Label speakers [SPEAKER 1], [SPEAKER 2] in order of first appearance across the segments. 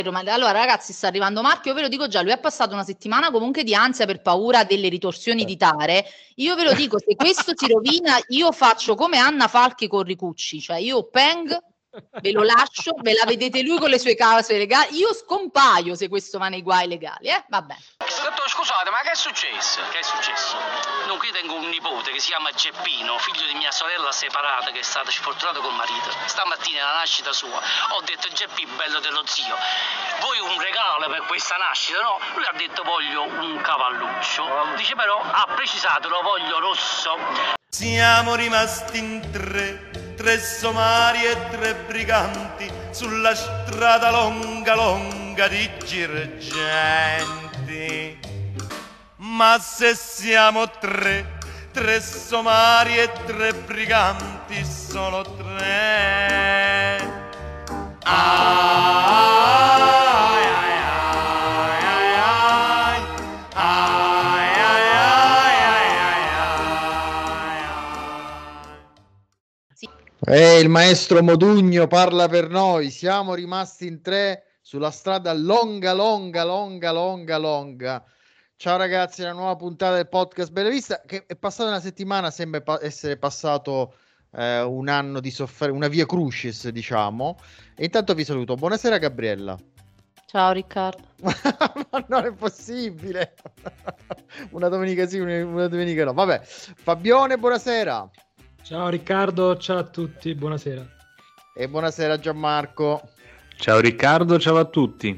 [SPEAKER 1] Allora ragazzi, sta arrivando Marco, io ve lo dico già, lui ha passato una settimana comunque di ansia per paura delle ritorsioni di Tare. Io ve lo dico, se questo si rovina, io faccio come Anna Falchi con Ricucci, cioè io Peng ve lo lascio, ve la vedete lui con le sue cause legali, io scompaio se questo va nei guai legali, vabbè.
[SPEAKER 2] Scusate, ma che è successo? Che è successo? Dunque io tengo un nipote che si chiama Geppino, figlio di mia sorella separata che è stata sfortunata col marito. Stamattina alla nascita sua ho detto: Geppi, bello dello zio, vuoi un regalo per questa nascita? No? Lui ha detto: voglio un cavalluccio. Dice però, ha precisato, lo voglio rosso.
[SPEAKER 3] Siamo rimasti in tre somari e 3 briganti sulla strada longa longa di Girgenti. Ma se siamo tre somari e 3 briganti, sono 3. Ai, ai, ai, ai, ai, ai, ai, ai, ai, ai.
[SPEAKER 4] Il maestro Modugno parla per noi. Siamo rimasti in 3 sulla strada longa. Ciao ragazzi, la nuova puntata del podcast Bella Vista, che è passata una settimana, sembra essere passato un anno di sofferenza, una via crucis, diciamo. E intanto vi saluto. Buonasera Gabriella.
[SPEAKER 1] Ciao Riccardo.
[SPEAKER 4] Ma non è possibile. Una domenica sì, una domenica no. Vabbè, Fabione, buonasera.
[SPEAKER 5] Ciao Riccardo, ciao a tutti, buonasera.
[SPEAKER 4] E buonasera Gianmarco.
[SPEAKER 6] Ciao Riccardo, ciao a tutti.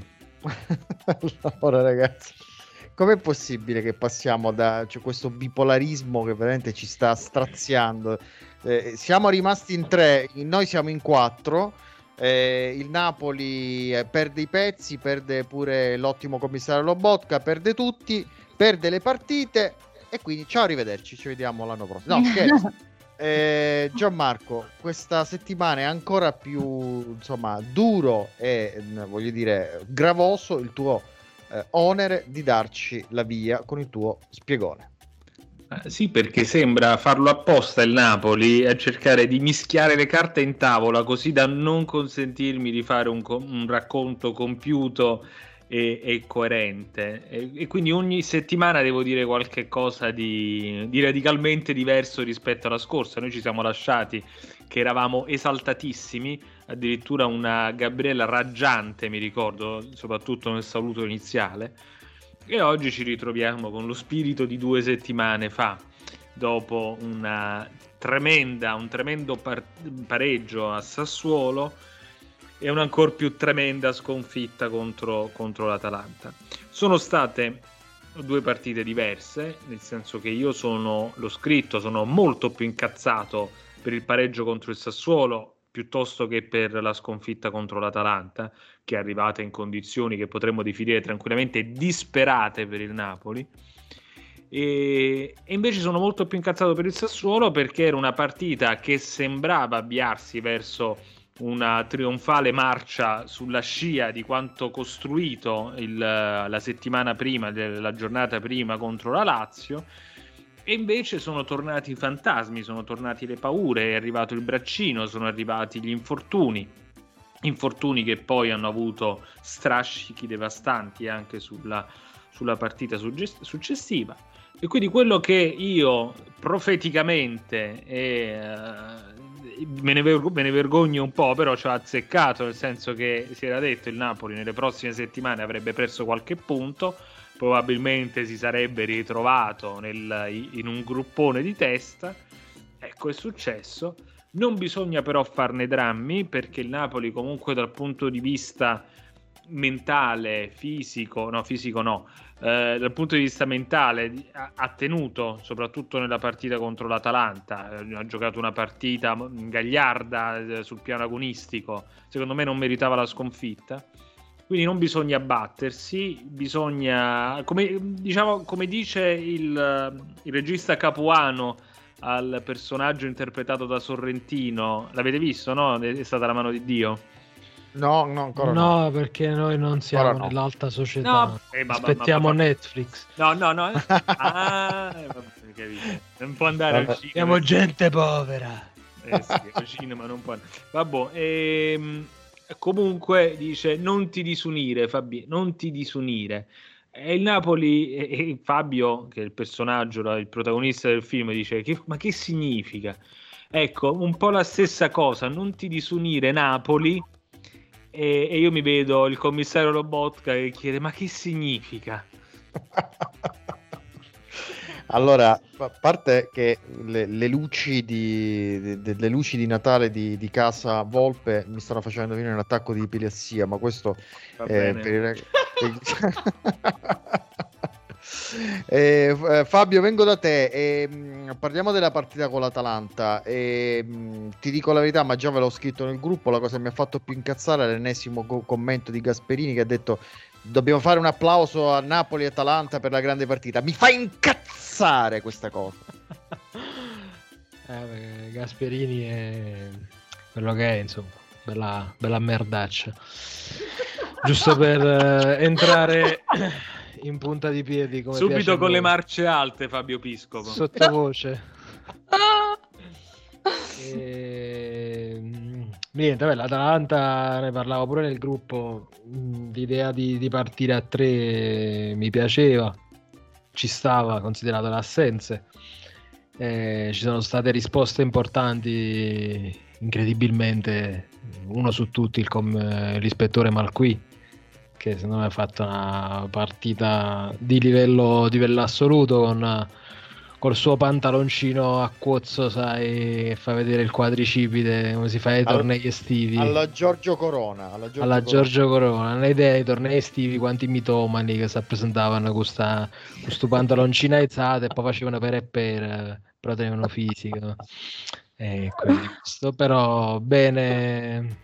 [SPEAKER 4] Allora ragazzi, com'è possibile che passiamo da questo bipolarismo che veramente ci sta straziando? Siamo rimasti in 3, noi siamo in 4. Il Napoli perde i pezzi, perde pure l'ottimo commissario Lobotka, perde tutti, perde le partite e quindi ciao, arrivederci, ci vediamo l'anno prossimo. No, scherzo. Gianmarco, questa settimana è ancora più duro e voglio dire gravoso il tuo onere di darci la via con il tuo spiegone.
[SPEAKER 6] Sì, perché sembra farlo apposta il Napoli a cercare di mischiare le carte in tavola così da non consentirmi di fare un racconto compiuto e coerente, e quindi ogni settimana devo dire qualche cosa di radicalmente diverso rispetto alla scorsa. Noi ci siamo lasciati che eravamo esaltatissimi, addirittura una Gabriella raggiante, mi ricordo, soprattutto nel saluto iniziale, e oggi ci ritroviamo con lo spirito di 2 settimane fa, dopo un tremendo pareggio a Sassuolo e una ancor più tremenda sconfitta contro l'Atalanta. Sono state 2 partite diverse, nel senso che io sono molto più incazzato per il pareggio contro il Sassuolo piuttosto che per la sconfitta contro l'Atalanta, che è arrivata in condizioni che potremmo definire tranquillamente disperate per il Napoli. E invece sono molto più incazzato per il Sassuolo, perché era una partita che sembrava avviarsi verso una trionfale marcia sulla scia di quanto costruito la settimana prima, la giornata prima contro la Lazio, e invece sono tornati i fantasmi, sono tornati le paure, è arrivato il braccino, sono arrivati gli infortuni che poi hanno avuto strascichi devastanti anche sulla partita successiva. E quindi quello che io profeticamente me ne vergogno un po', però ci ha azzeccato, nel senso che si era detto il Napoli nelle prossime settimane avrebbe perso qualche punto, probabilmente si sarebbe ritrovato in un gruppone di testa. Ecco, è successo. Non bisogna però farne drammi, perché il Napoli comunque dal punto di vista mentale, dal punto di vista mentale ha tenuto, soprattutto nella partita contro l'Atalanta, ha giocato una partita gagliarda sul piano agonistico, secondo me non meritava la sconfitta, quindi non bisogna abbattersi, bisogna, come dice il regista Capuano al personaggio interpretato da Sorrentino, l'avete visto, no? È stata la mano di Dio.
[SPEAKER 4] No, ancora
[SPEAKER 5] no, perché noi non siamo nell'alta società. No. Aspettiamo Netflix.
[SPEAKER 6] No. Non può andare al cinema.
[SPEAKER 5] Siamo gente povera.
[SPEAKER 6] Sì, al cinema non può. Vabbè, comunque dice non ti disunire, Fabio, non ti disunire. E il Napoli, e Fabio, che è il personaggio, il protagonista del film, dice ma che significa? Ecco, un po' la stessa cosa, non ti disunire Napoli, e io mi vedo il commissario Lobotka che chiede ma che significa?
[SPEAKER 4] Allora, a parte che le luci le luci di Natale di casa Volpe mi stanno facendo venire un attacco di epilessia, ma questo per Fabio, vengo da te, parliamo della partita con l'Atalanta, ti dico la verità, ma già ve l'ho scritto nel gruppo, la cosa che mi ha fatto più incazzare è l'ennesimo commento di Gasperini che ha detto dobbiamo fare un applauso a Napoli e Atalanta per la grande partita. Mi fa incazzare questa cosa.
[SPEAKER 5] Gasperini è quello che è, insomma, bella merdaccia. Giusto per entrare in punta di piedi come
[SPEAKER 6] subito con le marce alte, Fabio Piscopo
[SPEAKER 5] sottovoce. Niente, vabbè, l'Atalanta, ne parlavo pure nel gruppo, l'idea di partire a 3 mi piaceva, ci stava, considerato le assenze, ci sono state risposte importanti, incredibilmente, uno su tutti l'ispettore Malqui, che secondo me ha fatto una partita di livello assoluto, col suo pantaloncino acquozzo, sai, che fa vedere il quadricipite come si fa ai tornei estivi.
[SPEAKER 4] Alla Giorgio Corona.
[SPEAKER 5] Giorgio Corona. Non hai idea ai tornei estivi quanti mitomani che si presentavano con questo pantaloncino alzato e poi facevano però tenevano fisico. Questo però bene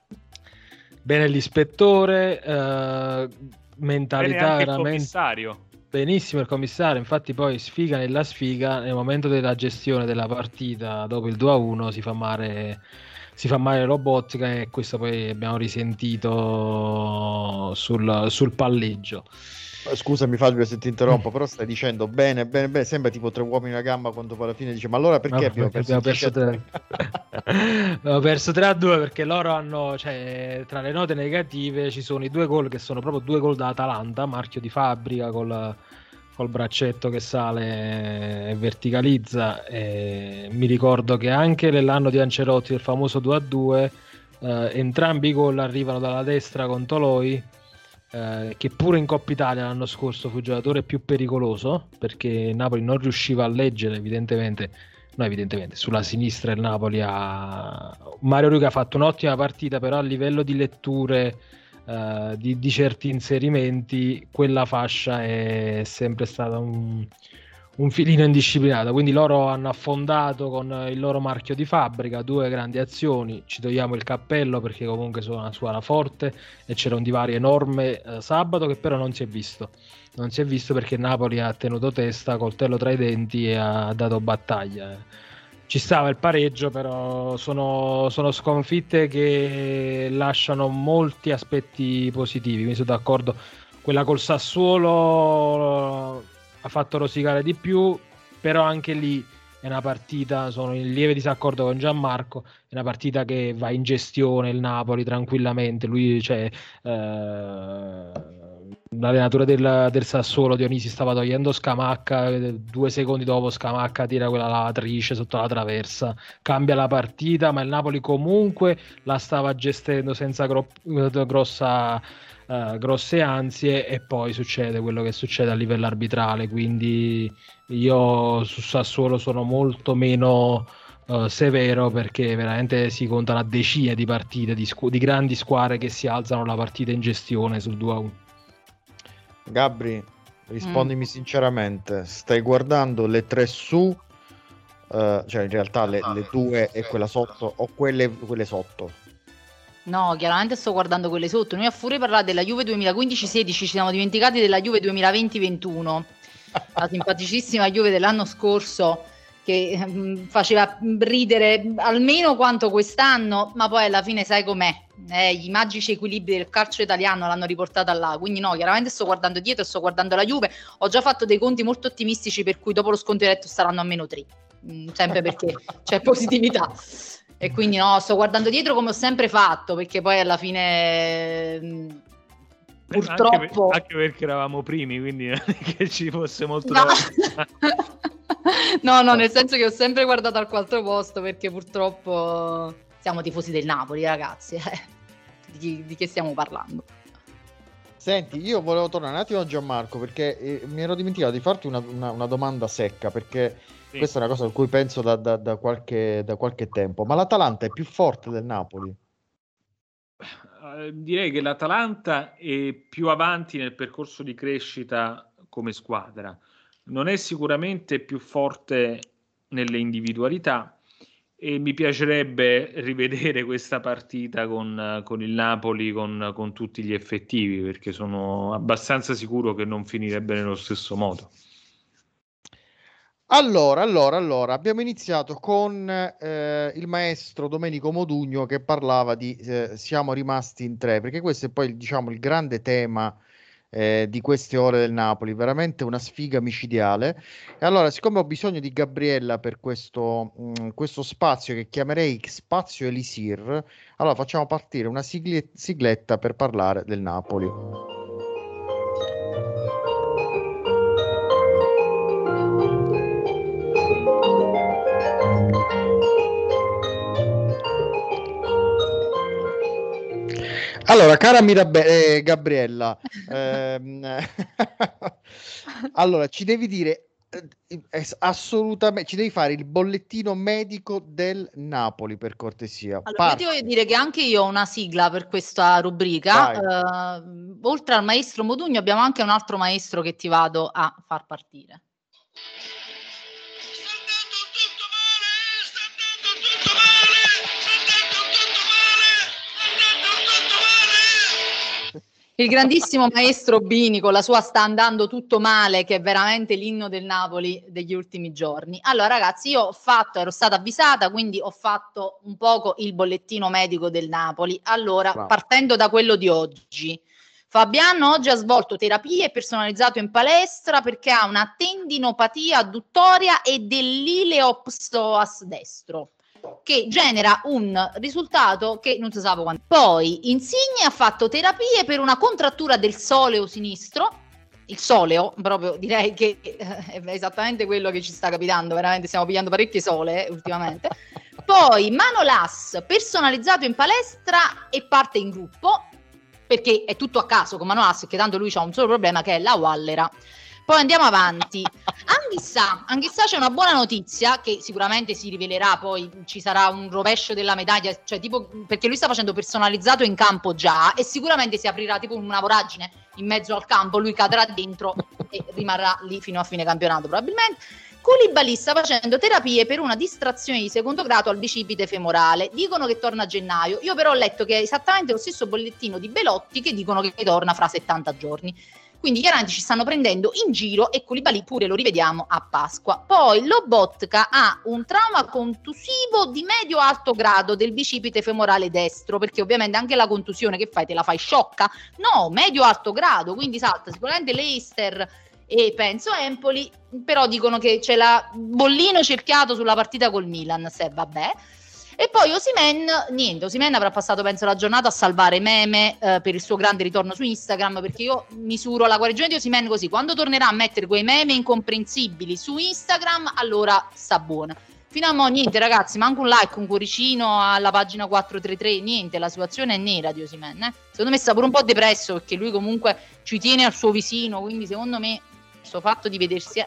[SPEAKER 5] l'ispettore, mentalità
[SPEAKER 6] bene anche
[SPEAKER 5] veramente.
[SPEAKER 6] Il commissario.
[SPEAKER 5] Benissimo il commissario, infatti poi sfiga nella sfiga, nel momento della gestione della partita dopo il 2-1 si fa male Lobotka, e questo poi abbiamo risentito sul palleggio.
[SPEAKER 4] Scusami Fabio se ti interrompo, però stai dicendo bene, sembra tipo 3 uomini a gamba quando poi alla fine dice ma allora perché abbiamo perso
[SPEAKER 5] 3? Abbiamo perso 3-2 perché loro hanno, cioè, tra le note negative ci sono i 2 gol che sono proprio 2 gol da Atalanta, marchio di fabbrica col braccetto che sale e verticalizza, mi ricordo che anche nell'anno di Ancelotti, il famoso 2-2, entrambi i gol arrivano dalla destra con Toloi, che pure in Coppa Italia l'anno scorso fu il giocatore più pericoloso, perché Napoli non riusciva a leggere evidentemente sulla sinistra il Napoli Mario Rui ha fatto un'ottima partita, però a livello di letture di certi inserimenti quella fascia è sempre stata un filino indisciplinato, quindi loro hanno affondato con il loro marchio di fabbrica 2 grandi azioni, ci togliamo il cappello perché comunque sono una squadra forte e c'era un divario enorme sabato che però non si è visto perché Napoli ha tenuto testa, coltello tra i denti, e ha dato battaglia. Ci stava il pareggio, però sono sconfitte che lasciano molti aspetti positivi, mi sono d'accordo. Quella col Sassuolo ha fatto rosicare di più, però anche lì è una partita, sono in lieve disaccordo con Gianmarco, è una partita che va in gestione il Napoli tranquillamente, lui, cioè, l'allenatore del Sassuolo, Dionisi, stava togliendo Scamacca, 2 secondi dopo Scamacca tira quella lavatrice sotto la traversa, cambia la partita, ma il Napoli comunque la stava gestendo senza grosse ansie, e poi succede quello che succede a livello arbitrale, quindi io su Sassuolo sono molto meno severo, perché veramente si contano a decine di partite di grandi squadre che si alzano la partita in gestione sul 2-1.
[SPEAKER 4] Gabri, rispondimi sinceramente, stai guardando le 3 su, cioè in realtà le 2 e quella sotto, o quelle sotto?
[SPEAKER 1] No, chiaramente sto guardando quelle sotto. Noi a furia parlare della Juve 2015-16 ci siamo dimenticati della Juve 2020-21, la simpaticissima Juve dell'anno scorso che faceva ridere almeno quanto quest'anno, ma poi alla fine sai com'è, i magici equilibri del calcio italiano l'hanno riportata là, quindi no, chiaramente sto guardando dietro, sto guardando la Juve, ho già fatto dei conti molto ottimistici per cui dopo lo sconto diretto saranno a -3, sempre perché c'è positività. E quindi no, sto guardando dietro come ho sempre fatto, perché poi alla fine purtroppo
[SPEAKER 6] anche perché eravamo primi, quindi non è che ci fosse molto
[SPEAKER 1] no, nel senso che ho sempre guardato al quarto posto, perché purtroppo siamo tifosi del Napoli, ragazzi. Di che stiamo parlando?
[SPEAKER 4] Senti, io volevo tornare un attimo a Gianmarco, perché mi ero dimenticato di farti una domanda secca, perché sì, questa è una cosa a cui penso da qualche tempo. Ma l'Atalanta è più forte del Napoli?
[SPEAKER 6] Direi che l'Atalanta è più avanti nel percorso di crescita come squadra. Non è sicuramente più forte nelle individualità, e mi piacerebbe rivedere questa partita con il Napoli con tutti gli effettivi, perché sono abbastanza sicuro che non finirebbe nello stesso modo.
[SPEAKER 4] Allora, abbiamo iniziato con il maestro Domenico Modugno che parlava di siamo rimasti in tre, perché questo è poi, diciamo, il grande tema di queste ore del Napoli, veramente una sfiga micidiale. E allora, siccome ho bisogno di Gabriella per questo spazio che chiamerei Spazio Elisir, allora facciamo partire una sigletta per parlare del Napoli. Allora, cara Gabriella, allora ci devi dire assolutamente, ci devi fare il bollettino medico del Napoli, per cortesia.
[SPEAKER 1] Allora, io ti voglio dire che anche io ho una sigla per questa rubrica. Oltre al maestro Modugno abbiamo anche un altro maestro che ti vado a far partire. Il grandissimo maestro Bini con la sua Sta andando tutto male, che è veramente l'inno del Napoli degli ultimi giorni. Allora ragazzi, ero stata avvisata, quindi ho fatto un poco il bollettino medico del Napoli. Allora, partendo da quello di oggi. Fabiano oggi ha svolto terapie personalizzato in palestra perché ha una tendinopatia adduttoria e dell'ileopsoas destro, che genera un risultato che non si sa quando. Poi Insigne ha fatto terapie per una contrattura del soleo sinistro. Il soleo, proprio direi che è esattamente quello che ci sta capitando, veramente stiamo pigliando parecchie sole ultimamente. Poi Manolas personalizzato in palestra e parte in gruppo, perché è tutto a caso con Manolas, che tanto lui ha un solo problema, che è la Wallera. Poi andiamo avanti. Anghissà c'è una buona notizia che sicuramente si rivelerà, poi ci sarà un rovescio della medaglia, cioè tipo, perché lui sta facendo personalizzato in campo già e sicuramente si aprirà tipo una voragine in mezzo al campo, lui cadrà dentro e rimarrà lì fino a fine campionato probabilmente. Koulibaly sta facendo terapie per una distrazione di secondo grado al bicipite femorale, dicono che torna a gennaio, io però ho letto che è esattamente lo stesso bollettino di Belotti che dicono che torna fra 70 giorni. Quindi chiaramente ci stanno prendendo in giro e Koulibaly pure lo rivediamo a Pasqua. Poi Lobotka ha un trauma contusivo di medio-alto grado del bicipite femorale destro, perché ovviamente anche la contusione che fai, te la fai sciocca? No, medio-alto grado, quindi salta sicuramente Leicester e penso Empoli, però dicono che c'è la bollino cerchiato sulla partita col Milan, se vabbè. E poi Osimhen avrà passato penso la giornata a salvare meme per il suo grande ritorno su Instagram, perché io misuro la guarigione di Osimhen così: quando tornerà a mettere quei meme incomprensibili su Instagram, allora sta buona. Fino a mo' niente ragazzi, manco un like, un cuoricino alla pagina 433, niente, la situazione è nera di Osimhen. Secondo me sta pure un po' depresso, perché lui comunque ci tiene al suo vicino, quindi secondo me questo fatto di vedersi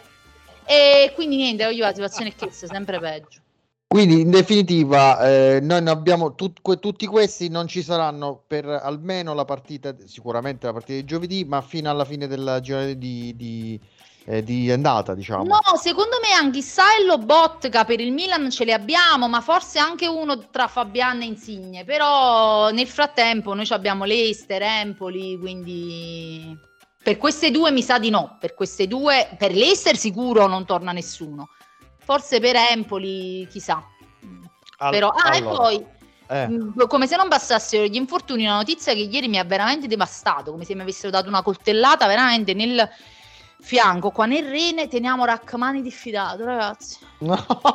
[SPEAKER 1] e quindi niente, io la situazione è che sia sempre peggio.
[SPEAKER 4] Quindi in definitiva noi ne abbiamo tutti questi, non ci saranno per almeno la partita, sicuramente la partita di giovedì, ma fino alla fine della girata di andata, diciamo.
[SPEAKER 1] No, secondo me Anghissà e Lobotka per il Milan ce li abbiamo, ma forse anche uno tra Fabian e Insigne, però nel frattempo noi abbiamo Leicester, Empoli, quindi per queste due mi sa di no, per Leicester sicuro non torna nessuno. Forse per Empoli, chissà. Però, e poi, come se non bastassero gli infortuni, una notizia che ieri mi ha veramente devastato, come se mi avessero dato una coltellata veramente fianco qua nel Rene teniamo Rachmani diffidato, ragazzi.
[SPEAKER 4] No.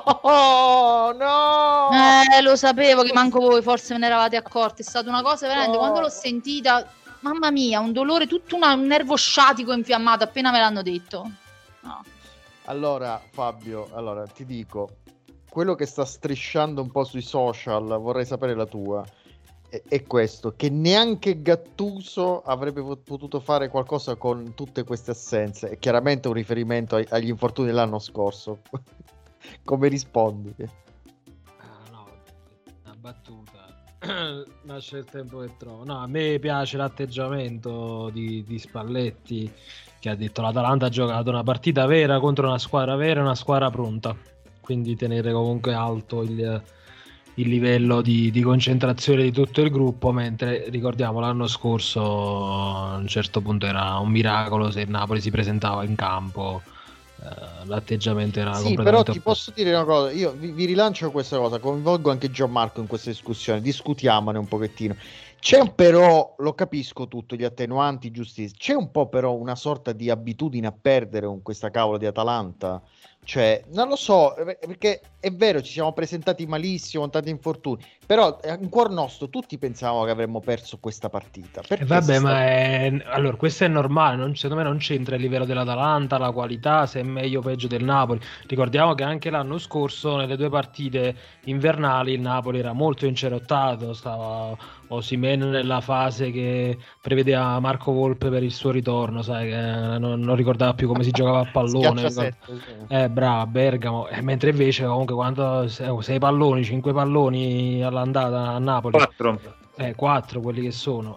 [SPEAKER 1] Lo sapevo che manco voi forse ve ne eravate accorti. È stata una cosa veramente, quando l'ho sentita, mamma mia, un dolore, tutto un nervo sciatico infiammato appena me l'hanno detto. No.
[SPEAKER 4] Allora Fabio, ti dico, quello che sta strisciando un po' sui social, vorrei sapere la tua, è questo, che neanche Gattuso avrebbe potuto fare qualcosa con tutte queste assenze. È chiaramente un riferimento agli infortuni dell'anno scorso. Come rispondi?
[SPEAKER 5] No, una battuta. Lascia il tempo che trovo. No, a me piace l'atteggiamento di Spalletti, che ha detto l'Atalanta ha giocato una partita vera contro una squadra vera e una squadra pronta, quindi tenere comunque alto il livello di concentrazione di tutto il gruppo, mentre ricordiamo l'anno scorso a un certo punto era un miracolo se il Napoli si presentava in campo, l'atteggiamento era
[SPEAKER 4] sì,
[SPEAKER 5] completamente
[SPEAKER 4] però ti
[SPEAKER 5] opposto.
[SPEAKER 4] posso dire una cosa, io vi rilancio questa cosa, coinvolgo anche Gianmarco in questa discussione, discutiamone un pochettino. C'è però, lo capisco tutto, gli attenuanti giusti, c'è un po' però una sorta di abitudine a perdere con questa cavolo di Atalanta. Cioè, non lo so, perché è vero, ci siamo presentati malissimo, con tanti infortuni, però in cuor nostro tutti pensavamo che avremmo perso questa partita.
[SPEAKER 5] Vabbè, allora, questo è normale, secondo me non c'entra il livello dell'Atalanta, la qualità, se è meglio o peggio del Napoli. Ricordiamo che anche l'anno scorso, nelle 2 partite invernali, il Napoli era molto incerottato, stava Osimhen nella fase che prevedeva Marco Volpe per il suo ritorno, sai, che non ricordava più come si giocava a pallone. Brava, Bergamo, mentre invece comunque quando 6 palloni, 5 palloni all'andata a Napoli, 4 quelli che sono,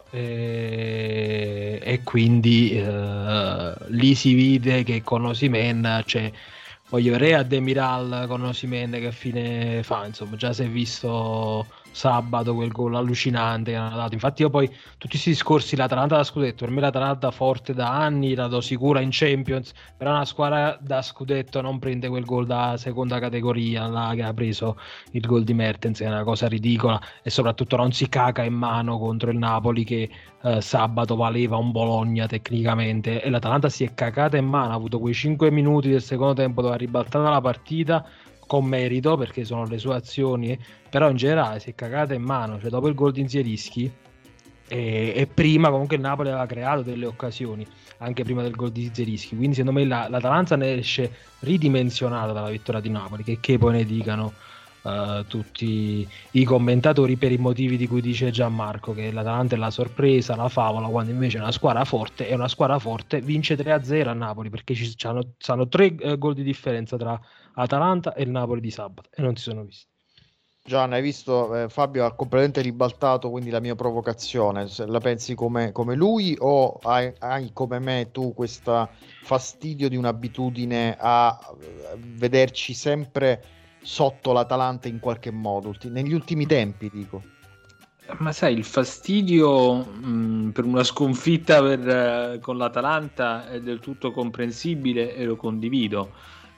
[SPEAKER 5] e quindi lì si vide che con Osimhen, cioè, voglio vedere a Demiral con Osimhen che fine fa, insomma, già si è visto sabato quel gol allucinante che hanno dato. Infatti io poi tutti questi discorsi, l'Atalanta da scudetto, per me l'Atalanta forte da anni, la do sicura in Champions, però una squadra da scudetto non prende quel gol da seconda categoria là, che ha preso il gol di Mertens, è una cosa ridicola, e soprattutto non si caca in mano contro il Napoli che sabato valeva un Bologna tecnicamente, e l'Atalanta si è cacata in mano, ha avuto quei 5 minuti del secondo tempo dove ha ribaltato la partita con merito perché sono le sue azioni, però in generale si è cagata in mano, cioè dopo il gol di Zielinski e prima comunque il Napoli aveva creato delle occasioni anche prima del gol di Zielinski, quindi secondo me l'Atalanta ne esce ridimensionata dalla vittoria di Napoli, che poi ne dicano tutti i commentatori, per i motivi di cui dice Gianmarco, che l'Atalanta è la sorpresa, la favola, quando invece è una squadra forte, vince 3-0 a Napoli, perché c'hanno 3 gol di differenza tra Atalanta e il Napoli di sabato, e non si sono visti.
[SPEAKER 4] Gian, hai visto, Fabio ha completamente ribaltato quindi la mia provocazione. Se la pensi come lui, o hai come me tu questo fastidio di un'abitudine a vederci sempre sotto l'Atalanta in qualche modo, negli ultimi tempi dico?
[SPEAKER 6] Ma sai, il fastidio per una sconfitta con l'Atalanta è del tutto comprensibile e lo condivido,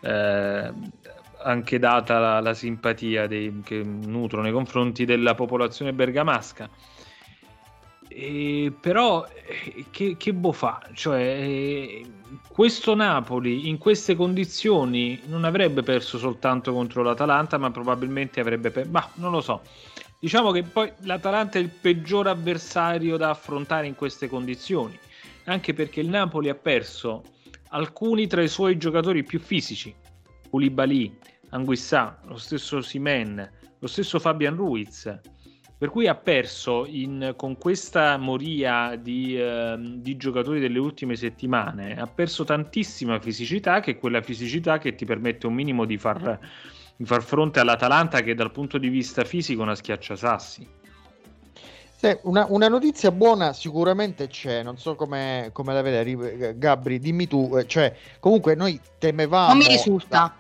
[SPEAKER 6] anche data la simpatia che nutro nei confronti della popolazione bergamasca. Però che boh fa? Cioè, questo Napoli in queste condizioni non avrebbe perso soltanto contro l'Atalanta, ma probabilmente avrebbe non lo so. Diciamo che poi l'Atalanta è il peggior avversario da affrontare in queste condizioni, anche perché il Napoli ha perso alcuni tra i suoi giocatori più fisici, Koulibaly, Anguissà, lo stesso Osimhen, lo stesso Fabian Ruiz, per cui ha perso con questa moria di giocatori delle ultime settimane, ha perso tantissima fisicità, che è quella fisicità che ti permette un minimo di far fronte all'Atalanta, che dal punto di vista fisico è una schiacciasassi.
[SPEAKER 4] Una notizia buona sicuramente c'è, non so come la vedi, Gabri, dimmi tu, cioè comunque noi temevamo...
[SPEAKER 1] Non mi risulta.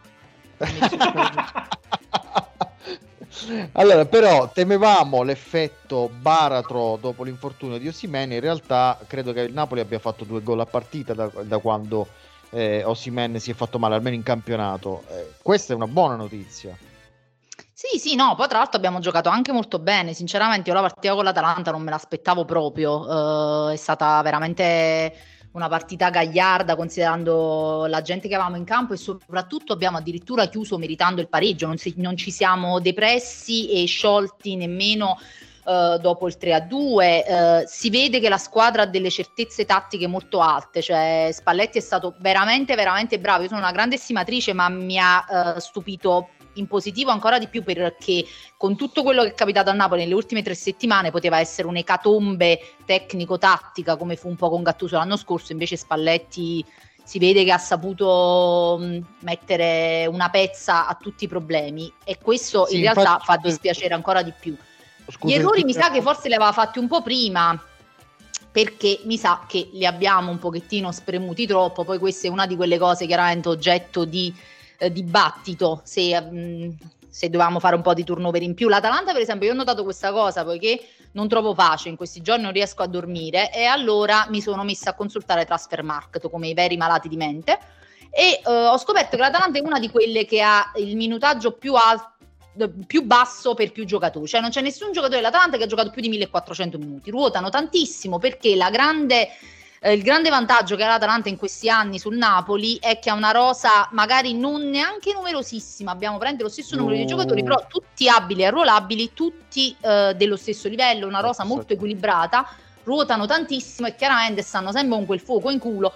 [SPEAKER 4] Allora, però temevamo l'effetto baratro dopo l'infortunio di Osimhen. In realtà credo che il Napoli abbia fatto 2 gol a partita da quando Osimhen si è fatto male, almeno in campionato. Questa è una buona notizia.
[SPEAKER 1] Sì, no, poi tra l'altro abbiamo giocato anche molto bene, sinceramente io la partita con l'Atalanta non me l'aspettavo proprio, è stata veramente una partita gagliarda considerando la gente che avevamo in campo, e soprattutto abbiamo addirittura chiuso meritando il pareggio, non ci siamo depressi e sciolti nemmeno dopo il 3-2. Si vede che la squadra ha delle certezze tattiche molto alte, cioè Spalletti è stato veramente veramente bravo. Io sono una grande estimatrice, ma mi ha stupito in positivo ancora di più, perché con tutto quello che è capitato a Napoli nelle ultime 3 settimane poteva essere un'ecatombe tecnico-tattica come fu un po' con Gattuso l'anno scorso. Invece Spalletti si vede che ha saputo mettere una pezza a tutti i problemi, e questo in realtà fa dispiacere ancora di più. Gli errori mi sa che forse li aveva fatti un po' prima, perché mi sa che li abbiamo un pochettino spremuti troppo. Poi questa è una di quelle cose chiaramente oggetto di dibattito, se dovevamo fare un po' di turnover in più. L'Atalanta per esempio, io ho notato questa cosa, poiché non trovo pace in questi giorni, non riesco a dormire, e allora mi sono messa a consultare Transfermarkt come i veri malati di mente, e ho scoperto che l'Atalanta è una di quelle che ha il minutaggio più basso per più giocatori, cioè non c'è nessun giocatore dell'Atalanta che ha giocato più di 1400 minuti, ruotano tantissimo, perché il grande vantaggio che ha l'Atalanta in questi anni sul Napoli è che ha una rosa magari non neanche numerosissima, abbiamo praticamente lo stesso numero di giocatori, però tutti abili e arruolabili, tutti dello stesso livello, una rosa molto equilibrata, ruotano tantissimo e chiaramente stanno sempre con quel fuoco in culo.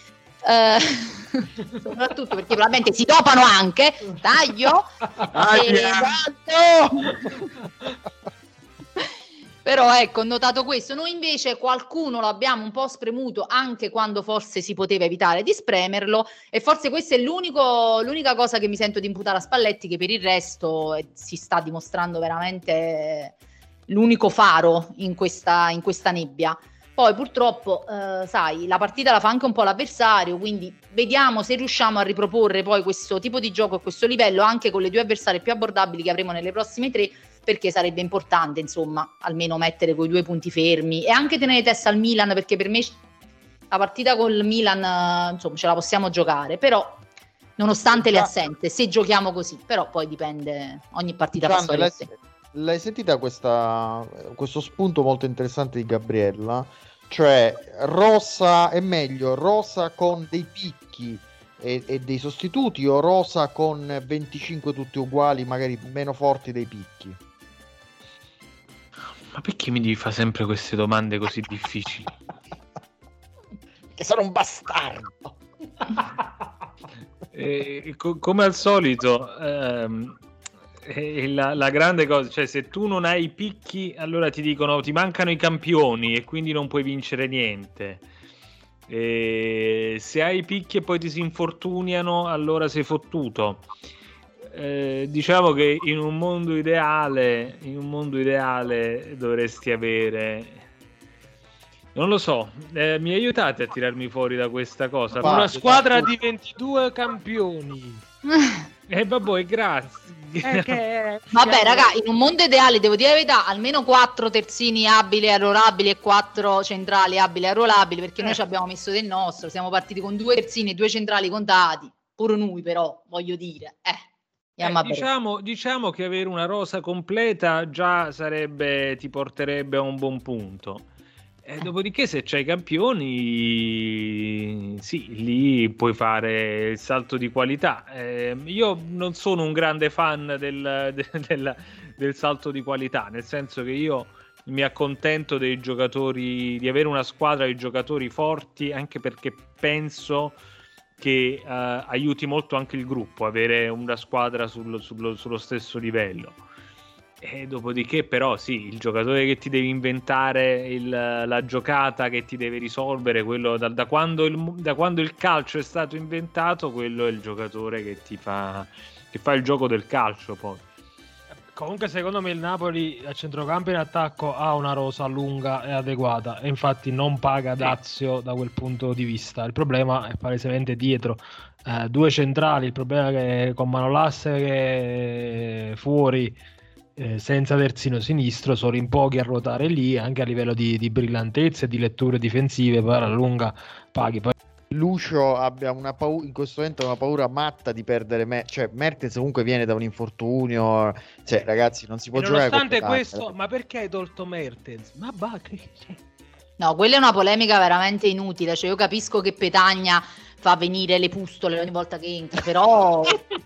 [SPEAKER 1] Soprattutto perché probabilmente si dopano anche. Però ecco, ho notato questo. Noi invece qualcuno lo abbiamo un po' spremuto anche quando forse si poteva evitare di spremerlo, e forse questa è l'unica cosa che mi sento di imputare a Spalletti, che per il resto si sta dimostrando veramente l'unico faro in questa nebbia. Poi purtroppo, sai, la partita la fa anche un po' l'avversario, quindi vediamo se riusciamo a riproporre poi questo tipo di gioco e questo livello anche con le 2 avversarie più abbordabili che avremo nelle prossime 3, perché sarebbe importante, insomma, almeno mettere quei 2 punti fermi e anche tenere testa al Milan, perché per me la partita col Milan, insomma, ce la possiamo giocare, però nonostante le assenze, se giochiamo così, però poi dipende, ogni partita fa storia.
[SPEAKER 4] L'hai sentita questo spunto molto interessante di Gabriella? Cioè rosa è meglio, rosa con dei picchi e dei sostituti, o rosa con 25 tutti uguali, magari meno forti dei picchi?
[SPEAKER 6] Ma perché mi devi fare sempre queste domande così difficili?
[SPEAKER 4] Che sono un bastardo.
[SPEAKER 6] Come al solito, la grande cosa, cioè se tu non hai i picchi, allora ti dicono ti mancano i campioni e quindi non puoi vincere niente. Se hai i picchi e poi ti si infortuniano, allora sei fottuto. Diciamo che in un mondo ideale dovresti avere, non lo so, mi aiutate a tirarmi fuori da questa cosa?
[SPEAKER 5] Una squadra di 22 campioni.
[SPEAKER 6] Vabbè, grazie.
[SPEAKER 1] Vabbè, raga, in un mondo ideale, devo dire la verità, almeno 4 terzini abili e arruolabili e 4 centrali abili e arruolabili, perché noi ci abbiamo messo del nostro, siamo partiti con 2 terzini e 2 centrali contati, pure noi, però, voglio dire,
[SPEAKER 6] diciamo che avere una rosa completa già ti porterebbe a un buon punto. Dopodiché, se c'hai i campioni, sì, lì puoi fare il salto di qualità. Io non sono un grande fan del salto di qualità, nel senso che io mi accontento dei giocatori, di avere una squadra di giocatori forti, anche perché penso che aiuti molto anche il gruppo avere una squadra sullo stesso livello. E dopodiché però sì, il giocatore che ti devi inventare, la giocata che ti deve risolvere, quello da quando il calcio è stato inventato, quello è il giocatore che fa il gioco del calcio. Poi
[SPEAKER 5] comunque secondo me il Napoli a centrocampo e in attacco ha una rosa lunga e adeguata, e infatti non paga dazio da quel punto di vista. Il problema è palesemente dietro, 2 centrali, il problema è che con Manolas che fuori, senza terzino sinistro, sono in pochi a ruotare lì, anche a livello di brillantezza e di letture difensive, poi alla lunga paghi. Poi
[SPEAKER 4] Lucio abbia in questo momento una paura matta di perdere cioè Mertens comunque viene da un infortunio, cioè ragazzi non si può giocare
[SPEAKER 5] nonostante questo, ma perché hai tolto Mertens? Ma
[SPEAKER 1] No, quella è una polemica veramente inutile, cioè io capisco che Petagna fa venire le pustole ogni volta che entra, però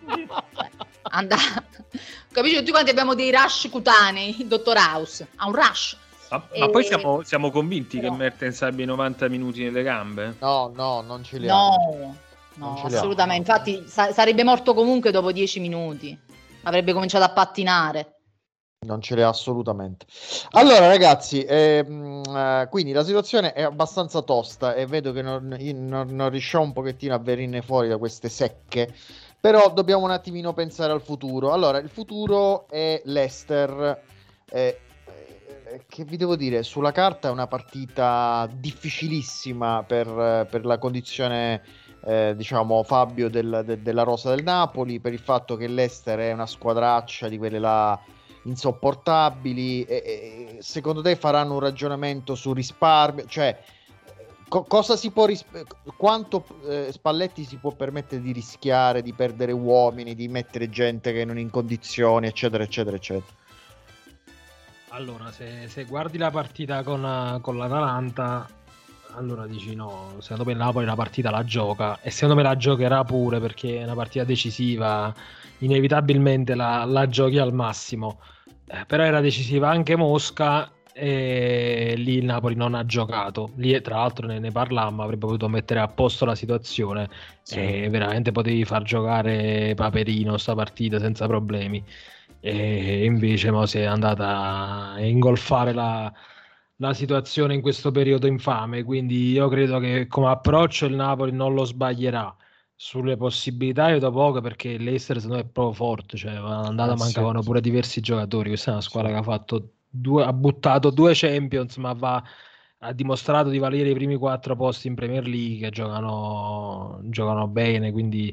[SPEAKER 1] capisci, tutti quanti abbiamo dei rash cutanei, il dottor House ha un rash.
[SPEAKER 6] Ma poi siamo convinti che Mertens abbia 90 minuti nelle gambe?
[SPEAKER 4] No, non ce li ha.
[SPEAKER 1] No, assolutamente. Infatti sarebbe morto comunque dopo 10 minuti. Avrebbe cominciato a pattinare.
[SPEAKER 4] Non ce l'ha assolutamente. Allora ragazzi, quindi la situazione è abbastanza tosta e vedo che non riusciamo un pochettino a venirne fuori da queste secche, però dobbiamo un attimino pensare al futuro. Allora, il futuro è Leicester, che vi devo dire, sulla carta è una partita difficilissima per la condizione, diciamo, Fabio, della rosa del Napoli, per il fatto che Leicester è una squadraccia di quelle là insopportabili. Secondo te faranno un ragionamento su risparmio? Cioè, cosa si può quanto Spalletti si può permettere di rischiare di perdere uomini, di mettere gente che non è in condizioni, eccetera eccetera eccetera?
[SPEAKER 5] Allora, se guardi la partita con l'Atalanta, allora dici no, secondo me il Napoli la partita la gioca, e secondo me la giocherà pure, perché è una partita decisiva, inevitabilmente la giochi al massimo. Però era decisiva anche Mosca, e lì il Napoli non ha giocato. Lì tra l'altro ne parlammo, avrebbe potuto mettere a posto la situazione, sì. E veramente potevi far giocare Paperino sta partita senza problemi, e invece si è andata a ingolfare la situazione in questo periodo infame. Quindi io credo che come approccio il Napoli non lo sbaglierà. Sulle possibilità io do poco, perché l'Leicester secondo me è proprio forte, cioè andata mancavano pure diversi giocatori. Questa è una squadra che ha buttato 2 Champions, ma ha dimostrato di valere i primi 4 posti in Premier League, giocano bene, quindi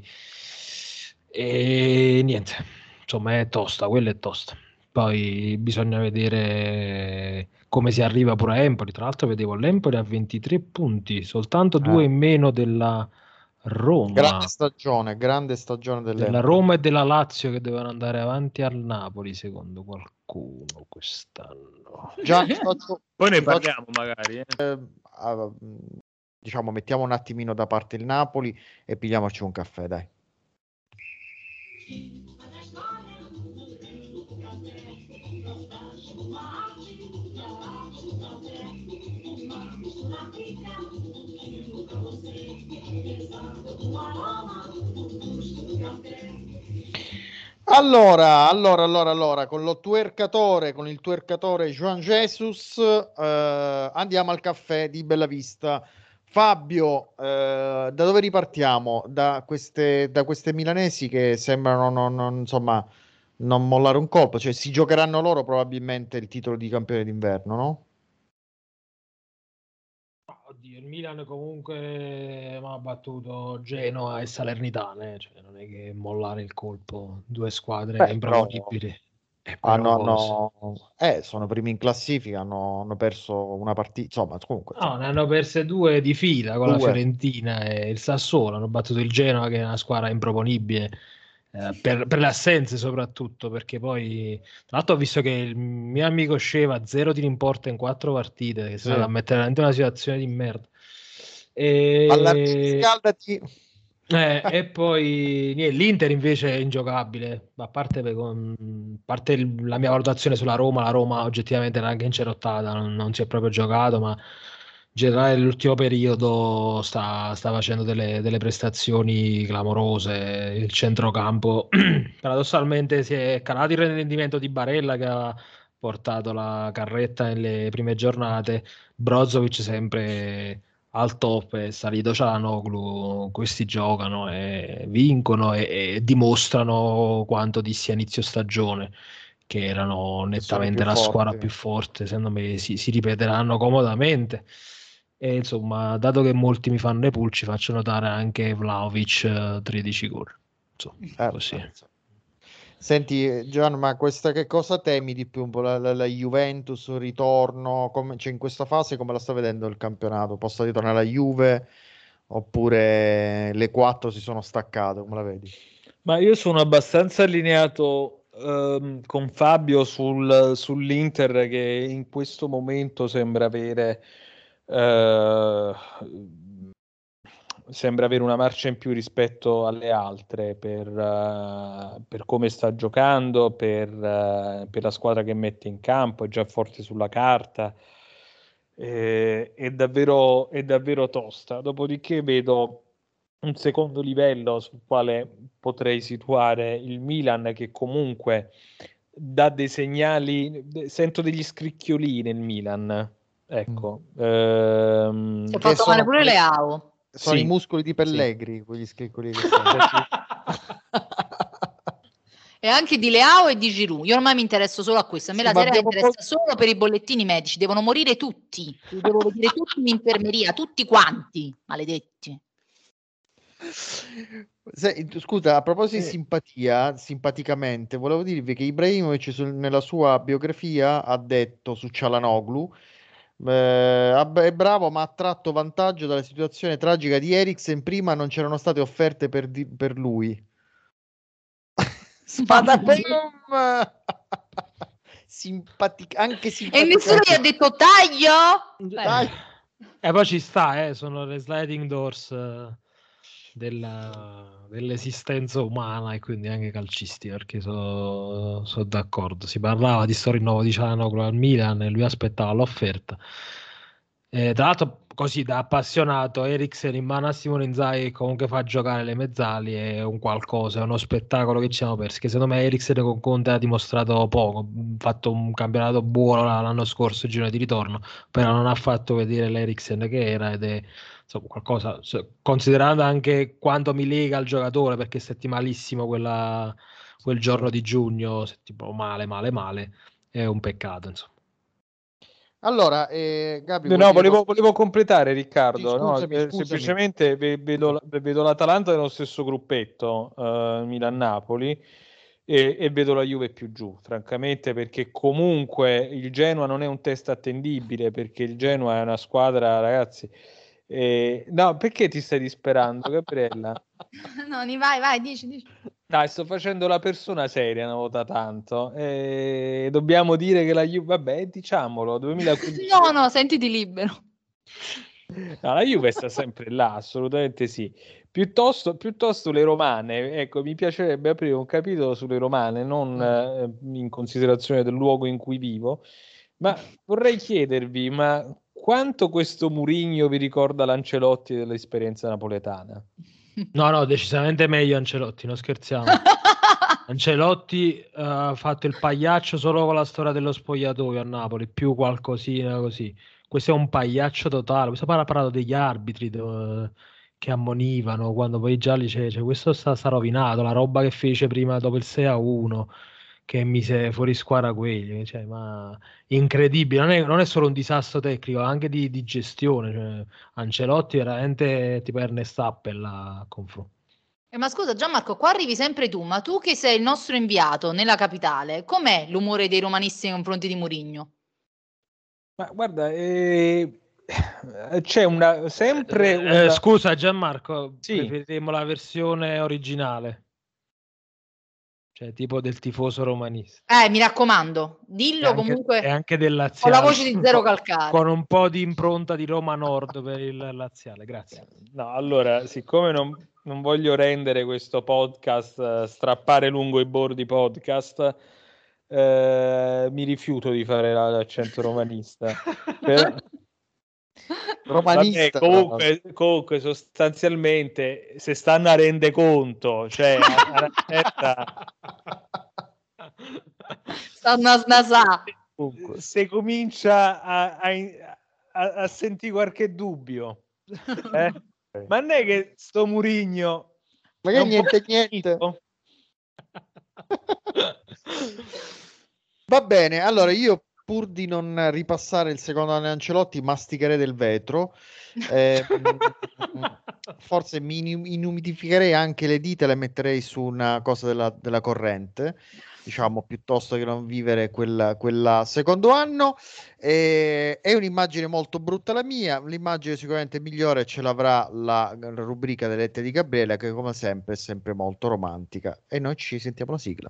[SPEAKER 5] e niente, insomma è tosta, quella è tosta. Poi bisogna vedere come si arriva pure a Empoli. Tra l'altro vedevo l'Empoli a 23 punti, soltanto 2 in meno della Roma.
[SPEAKER 4] Grande stagione
[SPEAKER 5] della Roma e della Lazio, che dovevano andare avanti al Napoli secondo qualcuno quest'anno.
[SPEAKER 6] Poi ne parliamo magari.
[SPEAKER 4] Diciamo, mettiamo un attimino da parte il Napoli e pigliamoci un caffè, dai. Allora, con il twerkatore Juan Jesus, andiamo al caffè di Bellavista. Fabio, da dove ripartiamo? Da queste milanesi che sembrano non mollare un colpo, cioè si giocheranno loro probabilmente il titolo di campione d'inverno, no?
[SPEAKER 5] Oddio, il Milan comunque ha battuto Genoa e Salernitane, cioè non è che mollare il colpo, 2 squadre improponibili.
[SPEAKER 4] Sono primi in classifica, hanno perso una partita, insomma, comunque.
[SPEAKER 5] No, ne hanno perse 2 di fila con la Fiorentina e il Sassuolo, hanno battuto il Genoa, che è una squadra improponibile, per le assenze soprattutto, perché poi tra l'altro ho visto che il mio amico Sceva 0 tiri in porta in 4 partite, che si è mettere veramente una situazione di merda. E poi l'Inter invece è ingiocabile, a parte la mia valutazione sulla Roma. La Roma oggettivamente era anche incerottata, non si è proprio giocato, ma in generale l'ultimo periodo sta facendo delle prestazioni clamorose. Il centrocampo paradossalmente si è calato il rendimento di Barella, che ha portato la carretta nelle prime giornate. Brozovic sempre al top, è salito Çalhanoğlu. Questi giocano e vincono e dimostrano quanto dissi a inizio stagione, che erano nettamente la squadra più forte. Secondo me si ripeteranno comodamente, e insomma, dato che molti mi fanno le pulci, faccio notare anche Vlahovic 13 gol, insomma, così.
[SPEAKER 4] Senti Gian, ma che cosa temi di più? Un po' la Juventus, il ritorno, cioè in questa fase come la sta vedendo il campionato? Possa ritornare la Juve oppure le 4 si sono staccate? Come la vedi?
[SPEAKER 6] Ma io sono abbastanza allineato con Fabio sull'Inter, che in questo momento sembra avere sembra avere una marcia in più rispetto alle altre per come sta giocando, per la squadra che mette in campo, è già forte sulla carta, è davvero tosta. Dopodiché vedo un secondo livello sul quale potrei situare il Milan, che comunque dà dei segnali, sento degli scricchiolini nel Milan, ecco.
[SPEAKER 1] Si è fatto male pure Leao.
[SPEAKER 4] Sono
[SPEAKER 6] Sì,
[SPEAKER 4] i muscoli di Pellegrini, quegli scricchiolini che sono.
[SPEAKER 1] E anche di Leao e di Giroud. Io ormai mi interesso solo a questo. A me la Serie A interessa solo per i bollettini medici. Devono morire tutti. Li devo vedere tutti in infermeria, tutti quanti, maledetti.
[SPEAKER 4] Scusa, a proposito di simpatia, simpaticamente, volevo dirvi che Ibrahimovic nella sua biografia ha detto su Çalhanoğlu è bravo, ma ha tratto vantaggio dalla situazione tragica di Eriksen. Prima non c'erano state offerte per lui. Spada boom! Anche simpatica.
[SPEAKER 1] E nessuno gli ha detto taglio?
[SPEAKER 5] E poi ci sta, sono le sliding doors dell'esistenza umana e quindi anche calcistica, perché sono d'accordo. Si parlava di sto rinnovo di Çalhanoğlu al Milan e lui aspettava l'offerta. Tra l'altro, così da appassionato, Eriksen in mano a Simone Inzaghi, che comunque fa giocare le mezzali, è un qualcosa, è uno spettacolo che ci siamo persi. Che secondo me Eriksen con Conte ha dimostrato poco, ha fatto un campionato buono l'anno scorso, girone di ritorno, però non ha fatto vedere l'Eriksen che era, ed è insomma qualcosa, considerando anche quanto mi lega al giocatore, perché setti malissimo quel giorno di giugno, tipo male, è un peccato, insomma.
[SPEAKER 4] Allora, Gabri,
[SPEAKER 6] no, volevo completare, Riccardo.
[SPEAKER 4] Sì, scusami.
[SPEAKER 6] Semplicemente vedo l'Atalanta nello stesso gruppetto, Milan-Napoli, e vedo la Juve più giù, francamente, perché comunque il Genoa non è un test attendibile, perché il Genoa è una squadra, ragazzi. No, perché ti stai disperando, Gabriella?
[SPEAKER 1] No, vai, dici.
[SPEAKER 6] Dai, sto facendo la persona seria una volta tanto. Dobbiamo dire che la Juve, vabbè, diciamolo, 2015.
[SPEAKER 1] No, sentiti libero.
[SPEAKER 6] No, la Juve sta sempre là, assolutamente sì. Piuttosto le romane, ecco, mi piacerebbe aprire un capitolo sulle romane, non in considerazione del luogo in cui vivo, ma vorrei chiedervi, ma quanto questo Mourinho vi ricorda l'Ancelotti dell'esperienza napoletana?
[SPEAKER 5] No, decisamente meglio Ancelotti, non scherziamo. Ancelotti ha fatto il pagliaccio solo con la storia dello spogliatoio a Napoli, più qualcosina così. Questo è un pagliaccio totale. Questo ha parlato degli arbitri che ammonivano, quando poi i gialli questo sta rovinato, la roba che fece prima dopo il 6-1, che mise fuori squadra quelli, ma incredibile, non è solo un disastro tecnico, anche di gestione, Ancelotti veramente tipo Ernest Appel a confronto.
[SPEAKER 1] Ma scusa Gianmarco, qua arrivi sempre tu, ma tu che sei il nostro inviato nella capitale, com'è l'umore dei romanisti nei confronti di Mourinho?
[SPEAKER 6] Ma guarda, c'è sempre
[SPEAKER 5] scusa Gianmarco,
[SPEAKER 6] sì.
[SPEAKER 5] Preferiremo la versione originale, cioè tipo del tifoso romanista.
[SPEAKER 1] Mi raccomando, dillo comunque.
[SPEAKER 5] E anche del laziale,
[SPEAKER 1] con la voce di Zero Calcare,
[SPEAKER 5] con un po' di impronta di Roma Nord per il laziale, grazie.
[SPEAKER 6] No, allora, siccome non voglio rendere questo podcast strappare lungo i bordi podcast, mi rifiuto di fare l'accento romanista.
[SPEAKER 4] Romanista.
[SPEAKER 6] Vabbè, comunque sostanzialmente se stanno a rende conto, cioè
[SPEAKER 1] stanno a snasà.
[SPEAKER 6] Se comincia a sentire qualche dubbio, ma non è che sto Mourinho,
[SPEAKER 4] ma che niente. Va bene, allora io, pur di non ripassare il secondo anno di Ancelotti, masticherei del vetro, forse mi inumidificherei anche le dita e le metterei su una cosa della corrente, diciamo, piuttosto che non vivere quella secondo anno. È un'immagine molto brutta la mia, l'immagine sicuramente migliore ce l'avrà la rubrica delle lettere di Gabriele, che come sempre è sempre molto romantica, e noi ci sentiamo la sigla.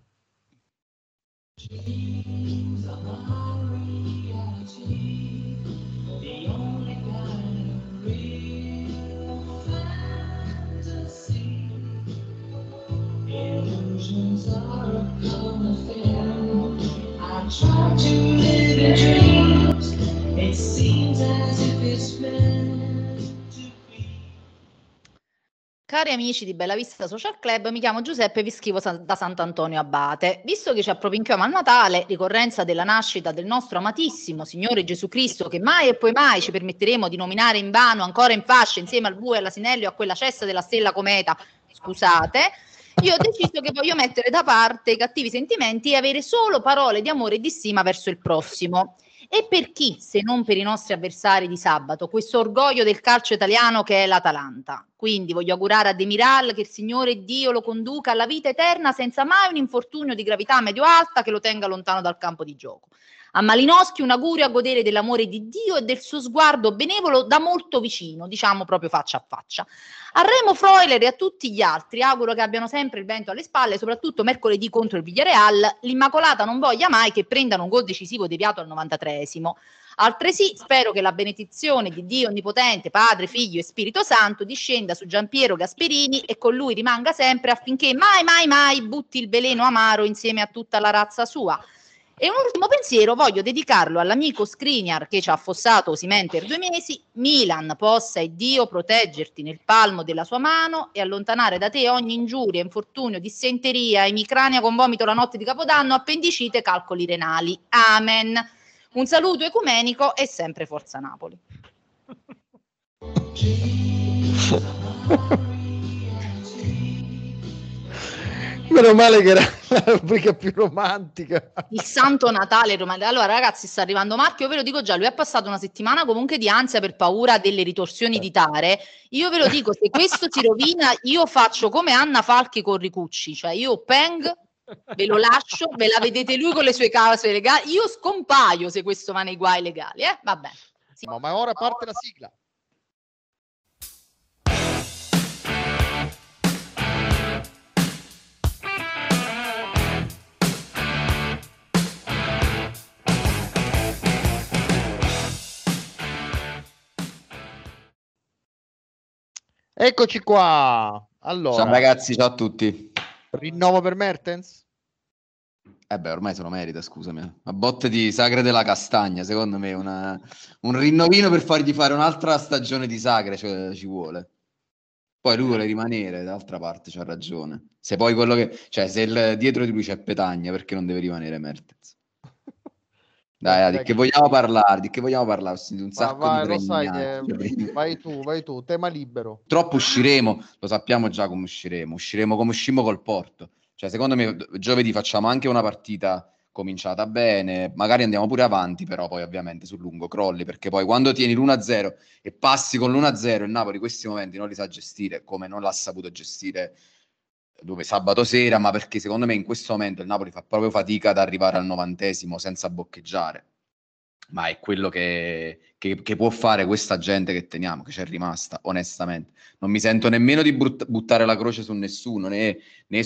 [SPEAKER 1] Cari amici di Bella Vista Social Club, mi chiamo Giuseppe e vi scrivo da Sant'Antonio Abate. Visto che ci appropinchiamo al Natale, ricorrenza della nascita del nostro amatissimo Signore Gesù Cristo, che mai e poi mai ci permetteremo di nominare in vano ancora in fascia insieme al bue, all'asinello e a quella cessa della stella cometa, scusate, io ho deciso che voglio mettere da parte i cattivi sentimenti e avere solo parole di amore e di stima verso il prossimo. E per chi, se non per i nostri avversari di sabato, questo orgoglio del calcio italiano che è l'Atalanta. Quindi voglio augurare a Demiral che il Signore Dio lo conduca alla vita eterna senza mai un infortunio di gravità medio-alta che lo tenga lontano dal campo di gioco. A Malinowski un augurio a godere dell'amore di Dio e del suo sguardo benevolo da molto vicino, diciamo proprio faccia a faccia. A Remo Freuler e a tutti gli altri auguro che abbiano sempre il vento alle spalle, soprattutto mercoledì contro il Villarreal. L'Immacolata non voglia mai che prendano un gol decisivo deviato al 93esimo. Altresì spero che la benedizione di Dio Onnipotente, Padre, Figlio e Spirito Santo discenda su Giampiero Gasperini e con lui rimanga sempre affinché mai butti il veleno amaro insieme a tutta la razza sua. E un ultimo pensiero voglio dedicarlo all'amico Skriniar che ci ha affossato Osimhen per 2 mesi. Milan, possa e Dio proteggerti nel palmo della sua mano e allontanare da te ogni ingiuria, infortunio, dissenteria, emicrania con vomito la notte di Capodanno, appendicite, calcoli renali. Amen. Un saluto ecumenico e sempre Forza Napoli.
[SPEAKER 4] Meno male che era la rubrica più romantica.
[SPEAKER 1] Il Santo Natale romantico. Allora ragazzi, sta arrivando Marchio, ve lo dico già, lui ha passato una settimana comunque di ansia per paura delle ritorsioni di Tare. Io ve lo dico, se questo si rovina, io faccio come Anna Falchi con Ricucci, cioè io peng, ve lo lascio, ve la vedete lui con le sue cause legali, io scompaio se questo va nei guai legali, vabbè. Sì.
[SPEAKER 4] Ma ora parte la sigla. Eccoci qua. Allora,
[SPEAKER 7] ciao ragazzi, ciao a tutti.
[SPEAKER 4] Rinnovo per Mertens?
[SPEAKER 7] Ormai se lo merita, scusami. A botte di Sagre della Castagna, secondo me un rinnovino per fargli fare un'altra stagione di Sagre ci vuole. Poi lui vuole rimanere, d'altra parte c'ha ragione. Se poi quello che... Cioè, se dietro di lui c'è Petagna, perché non deve rimanere Mertens? Dai, di che vogliamo parlare? Di un sacco di
[SPEAKER 4] pregnanti. Vai tu, tema libero.
[SPEAKER 7] Troppo usciremo, lo sappiamo già come usciremo come uscimmo col Porto. Cioè, secondo me giovedì facciamo anche una partita cominciata bene, magari andiamo pure avanti, però poi ovviamente sul lungo crolli, perché poi quando tieni l'1-0 e passi con l'1-0, il Napoli questi momenti non li sa gestire, come non l'ha saputo gestire sabato sera, ma perché secondo me in questo momento il Napoli fa proprio fatica ad arrivare al 90esimo senza boccheggiare, ma è quello che può fare questa gente che teniamo, che c'è rimasta, onestamente. Non mi sento nemmeno di buttare la croce su nessuno, né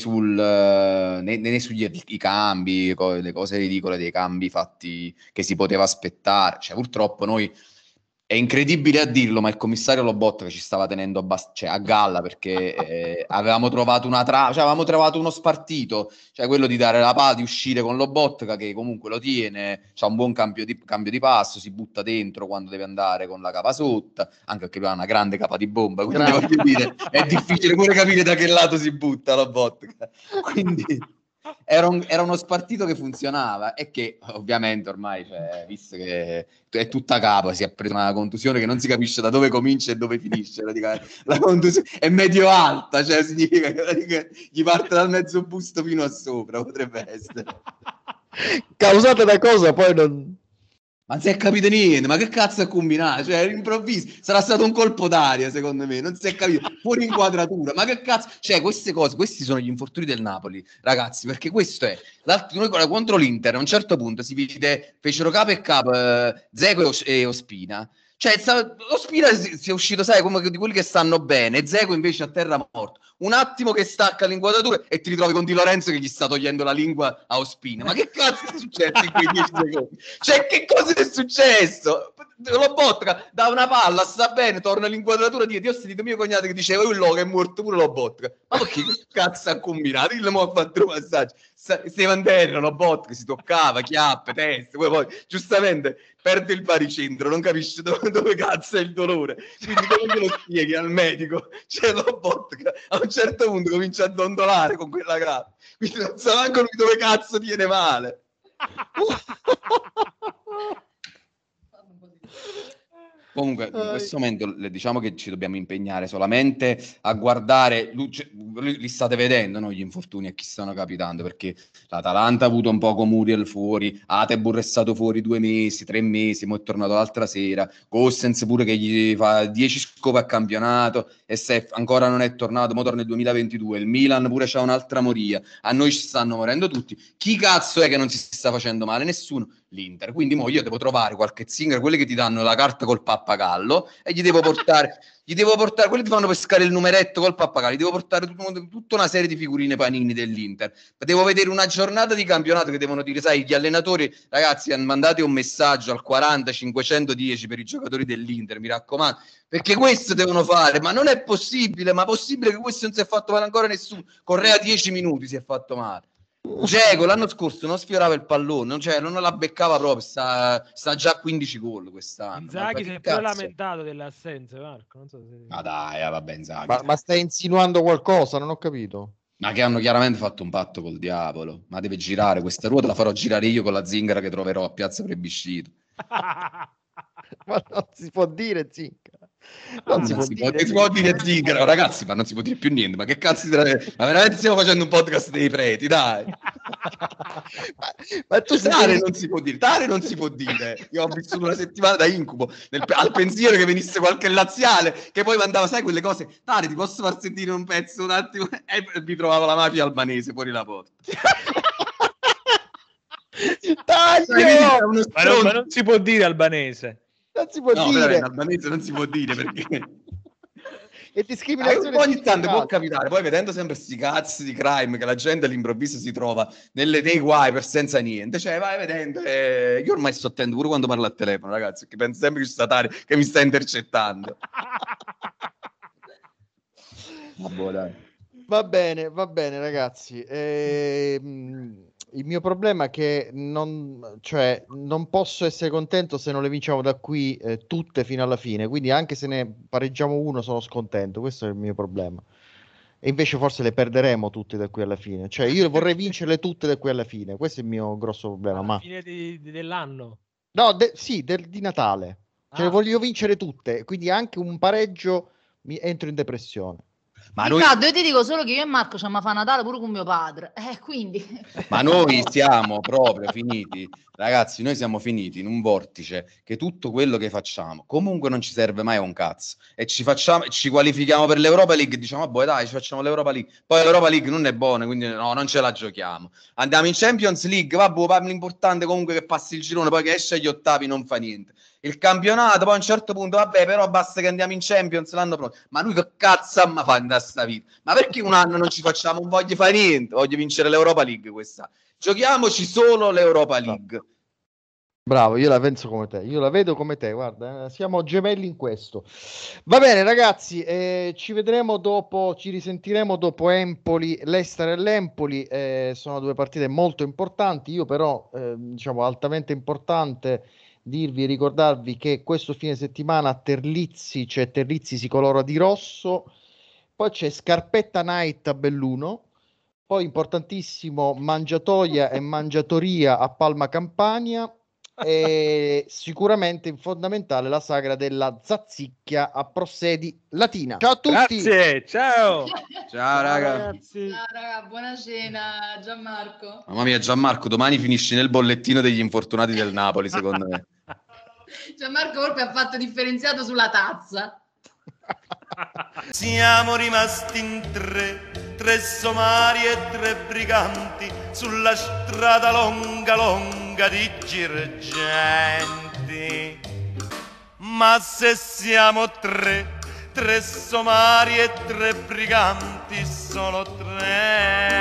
[SPEAKER 7] sugli cambi, le cose ridicole dei cambi fatti che si poteva aspettare. Cioè, purtroppo noi... È incredibile a dirlo, ma il commissario Lobotka che ci stava tenendo a galla, perché avevamo trovato avevamo trovato uno spartito, cioè quello di dare la palla, di uscire con Lobotka che comunque lo tiene, c'ha un buon cambio di passo, si butta dentro quando deve andare con la capa sotto, anche perché lui ha una grande capa di bomba, quindi voglio dire, è difficile pure capire da che lato si butta Lobotka. Quindi... Era uno spartito che funzionava e che ovviamente ormai, cioè, visto che è tutta capo, si è preso una contusione che non si capisce da dove comincia e dove finisce. La contusione è medio alta, cioè significa che gli parte dal mezzo busto fino a sopra, potrebbe essere.
[SPEAKER 4] Causata da cosa poi non...
[SPEAKER 7] Ma non si è capito niente, ma che cazzo è combinato? Cioè, all'improvviso sarà stato un colpo d'aria, secondo me, non si è capito, fuori inquadratura, ma che cazzo? Cioè, queste cose, questi sono gli infortuni del Napoli, ragazzi, perché questo è, noi contro l'Inter, a un certo punto si vede, fecero capo e capo Dzeko e Ospina. Cioè, Ospina si è uscito, sai, come di quelli che stanno bene, Dzeko invece a terra morto. Un attimo che stacca l'inquadratura e ti ritrovi con Di Lorenzo che gli sta togliendo la lingua a Ospina. Ma che cazzo è successo in quei 10 secondi? Cioè, che cosa è successo? Lobotka dà una palla, sta bene, torna all'inquadratura, io ho sentito mio cognato che diceva che è morto pure Lobotka. Ma che cazzo ha combinato? Io l'ho fatto un passaggio. Steven Terra, Lobotka, si toccava, chiappe, teste, poi giustamente perde il baricentro, non capisce dove cazzo è il dolore, quindi come lo spieghi al medico? C'è Lobotka, a un certo punto comincia a dondolare con quella gamba, quindi non sa manco lui dove cazzo tiene male. Comunque in questo momento diciamo che ci dobbiamo impegnare solamente a guardare, li state vedendo, no, gli infortuni a chi stanno capitando, perché l'Atalanta ha avuto un poco Muriel fuori, Atebur è stato fuori 2 mesi, 3 mesi, mo è tornato l'altra sera, Gosens pure che gli fa 10 scope a campionato e se ancora non è tornato, mo torna nel 2022, il Milan pure c'ha un'altra moria, a noi ci stanno morendo tutti, chi cazzo è che non si sta facendo male? Nessuno. L'Inter, quindi mo io devo trovare qualche zingaro, quelli che ti danno la carta col pappagallo e gli devo portare quelli che ti fanno pescare il numeretto col pappagallo, gli devo portare tutta una serie di figurine panini dell'Inter, devo vedere una giornata di campionato che devono dire, sai, gli allenatori, ragazzi, mandate un messaggio al 40 510 per i giocatori dell'Inter, mi raccomando, perché questo devono fare, ma non è possibile, ma possibile che questo non si è fatto male ancora nessuno, Correa 10 minuti si è fatto male. Dzeko l'anno scorso non sfiorava il pallone, cioè non la beccava proprio, sta già a 15 gol quest'anno.
[SPEAKER 5] Inzaghi si è pure lamentato delle assenze, Marco, non so se...
[SPEAKER 7] Ma dai, vabbè, Inzaghi.
[SPEAKER 4] Ma stai insinuando qualcosa? Non ho capito.
[SPEAKER 7] Ma che hanno chiaramente fatto un patto col diavolo, ma deve girare, questa ruota la farò girare io con la zingara che troverò a Piazza Plebiscito.
[SPEAKER 4] Ma non si può dire zingara. Non si
[SPEAKER 7] può dire zingara, ragazzi, ma non si può dire più niente. Ma che cazzo ma veramente stiamo facendo un podcast dei preti, dai. ma tu Tare non si può dire, Tare non si può dire. Io ho vissuto una settimana da incubo al pensiero che venisse qualche laziale che poi mandava, sai, quelle cose, Tare ti posso far sentire un pezzo un attimo, e mi trovavo la mafia albanese fuori la porta.
[SPEAKER 6] Taglio! Ma non si può dire albanese.
[SPEAKER 4] Non si può dire.
[SPEAKER 7] In albanese non si può dire perché
[SPEAKER 4] è discriminazione.
[SPEAKER 7] Ogni tanto può capitare, poi vedendo sempre sti cazzi di crime che la gente all'improvviso si trova nei guai per senza niente, cioè vai vedendo io ormai sto attento pure quando parlo al telefono, ragazzi, che penso sempre che statare che mi sta intercettando.
[SPEAKER 4] Va bene ragazzi, il mio problema è che non posso essere contento se non le vinciamo da qui tutte fino alla fine, quindi anche se ne pareggiamo uno sono scontento, questo è il mio problema, e invece forse le perderemo tutte da qui alla fine, cioè io vorrei vincerle tutte da qui alla fine, questo è il mio grosso problema.
[SPEAKER 5] Alla fine dell'anno?
[SPEAKER 4] No, di Natale, cioè le voglio vincere tutte, quindi anche un pareggio mi entro in depressione.
[SPEAKER 1] Ma io ti dico solo che io e Marco ci abbiamo fatto Natale pure con mio padre, quindi...
[SPEAKER 7] Ma noi siamo proprio finiti, ragazzi, noi siamo finiti in un vortice che tutto quello che facciamo comunque non ci serve mai a un cazzo e ci qualifichiamo per l'Europa League e diciamo, boh, dai, ci facciamo l'Europa League, poi l'Europa League non è buona, quindi no, non ce la giochiamo, andiamo in Champions League, vabbè, l'importante comunque che passi il girone, poi che esce agli ottavi non fa niente. Il campionato, poi a un certo punto, vabbè, però basta che andiamo in Champions l'anno prossimo. Ma lui che cazzo ma fa in sta vita? Ma perché un anno non ci facciamo? Non voglio fare niente, voglio vincere l'Europa League questa. Giochiamoci solo l'Europa League.
[SPEAKER 4] Bravo, io la penso come te, io la vedo come te, guarda, siamo gemelli in questo. Va bene ragazzi, ci vedremo dopo, ci risentiremo dopo Empoli, Leicester e l'Empoli, sono due partite molto importanti, io però, diciamo, altamente importante ricordarvi che questo fine settimana a Terlizzi c'è Terlizzi si colora di rosso, poi c'è Scarpetta Night a Belluno, poi importantissimo Mangiatoia e Mangiatoria a Palma Campania e sicuramente fondamentale la sagra della Zazzicchia a Prossedi Latina. Ciao a tutti.
[SPEAKER 6] Grazie, ciao.
[SPEAKER 7] Ciao ragazzi.
[SPEAKER 1] Ciao raga, buona cena Gianmarco.
[SPEAKER 7] Mamma mia Gianmarco, domani finisci nel bollettino degli infortunati del Napoli secondo me.
[SPEAKER 1] Gianmarco Volpe ha fatto differenziato sulla tazza.
[SPEAKER 3] Siamo rimasti in tre somari e 3 briganti sulla strada longa di Girgenti. Ma se siamo tre somari e 3 briganti, sono 3.